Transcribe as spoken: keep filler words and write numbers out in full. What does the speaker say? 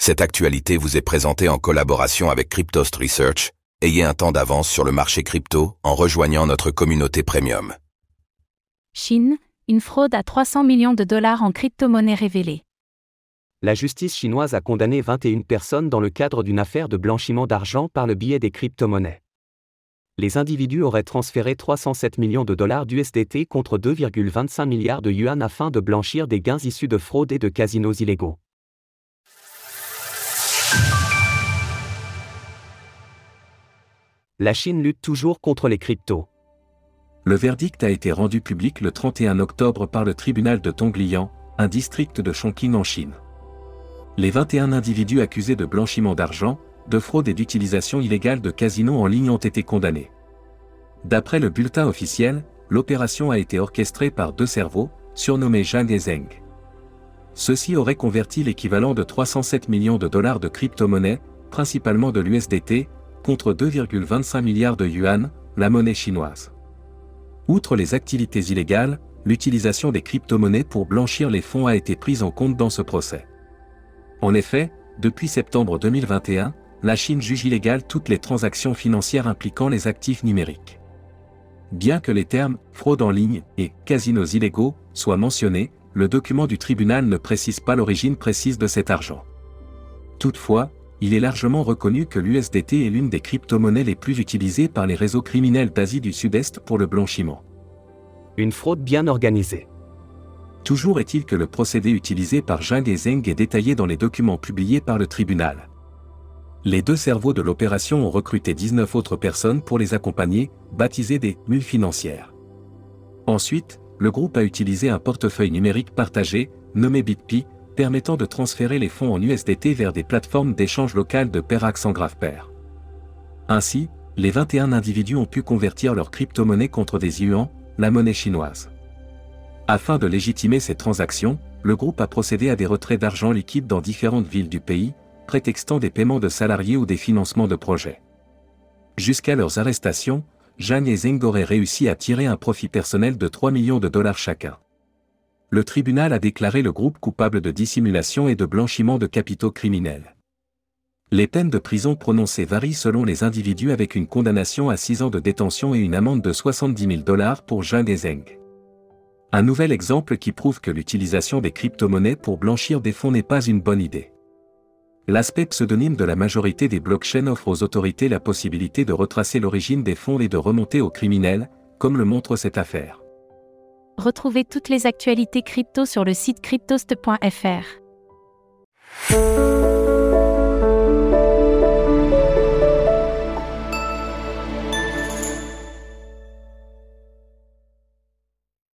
Cette actualité vous est présentée en collaboration avec Cryptost Research. Ayez un temps d'avance sur le marché crypto en rejoignant notre communauté premium. Chine, une fraude à trois cents millions de dollars en crypto-monnaies révélée. La justice chinoise a condamné vingt et une personnes dans le cadre d'une affaire de blanchiment d'argent par le biais des crypto-monnaies. Les individus auraient transféré trois cent sept millions de dollars d'U S D T contre deux virgule vingt-cinq milliards de yuan afin de blanchir des gains issus de fraudes et de casinos illégaux. La Chine lutte toujours contre les cryptos. Le verdict a été rendu public le trente et un octobre par le tribunal de Tongliang, un district de Chongqing en Chine. Les vingt et un individus accusés de blanchiment d'argent, de fraude et d'utilisation illégale de casinos en ligne ont été condamnés. D'après le bulletin officiel, l'opération a été orchestrée par deux cerveaux, surnommés Zhang et Zeng. Ceux-ci auraient converti l'équivalent de trois cent sept millions de dollars de crypto-monnaies, principalement de l'U S D T, contre deux virgule vingt-cinq milliards de yuan, la monnaie chinoise. Outre les activités illégales, l'utilisation des crypto-monnaies pour blanchir les fonds a été prise en compte dans ce procès. En effet, depuis septembre deux mille vingt et un, la Chine juge illégales toutes les transactions financières impliquant les actifs numériques. Bien que les termes « fraude en ligne » et « casinos illégaux » soient mentionnés, le document du tribunal ne précise pas l'origine précise de cet argent. Toutefois, il est largement reconnu que l'U S D T est l'une des crypto-monnaies les plus utilisées par les réseaux criminels d'Asie du Sud-Est pour le blanchiment. Une fraude bien organisée. Toujours est-il que le procédé utilisé par Zhang et Zeng est détaillé dans les documents publiés par le tribunal. Les deux cerveaux de l'opération ont recruté dix-neuf autres personnes pour les accompagner, baptisées des « mules financières ». Ensuite, le groupe a utilisé un portefeuille numérique partagé, nommé BitPi, permettant de transférer les fonds en U S D T vers des plateformes d'échange locales de pair sans grave pair. Ainsi, les vingt et un individus ont pu convertir leurs crypto-monnaies contre des yuans, la monnaie chinoise. Afin de légitimer ces transactions, le groupe a procédé à des retraits d'argent liquide dans différentes villes du pays, prétextant des paiements de salariés ou des financements de projets. Jusqu'à leurs arrestations, Zhang et Zeng auraient réussi à tirer un profit personnel de trois millions de dollars chacun. Le tribunal a déclaré le groupe coupable de dissimulation et de blanchiment de capitaux criminels. Les peines de prison prononcées varient selon les individus avec une condamnation à six ans de détention et une amende de soixante-dix mille dollars pour Zhang et Zeng. Un nouvel exemple qui prouve que l'utilisation des crypto-monnaies pour blanchir des fonds n'est pas une bonne idée. L'aspect pseudonyme de la majorité des blockchains offre aux autorités la possibilité de retracer l'origine des fonds et de remonter aux criminels, comme le montre cette affaire. Retrouvez toutes les actualités crypto sur le site cryptost point f r.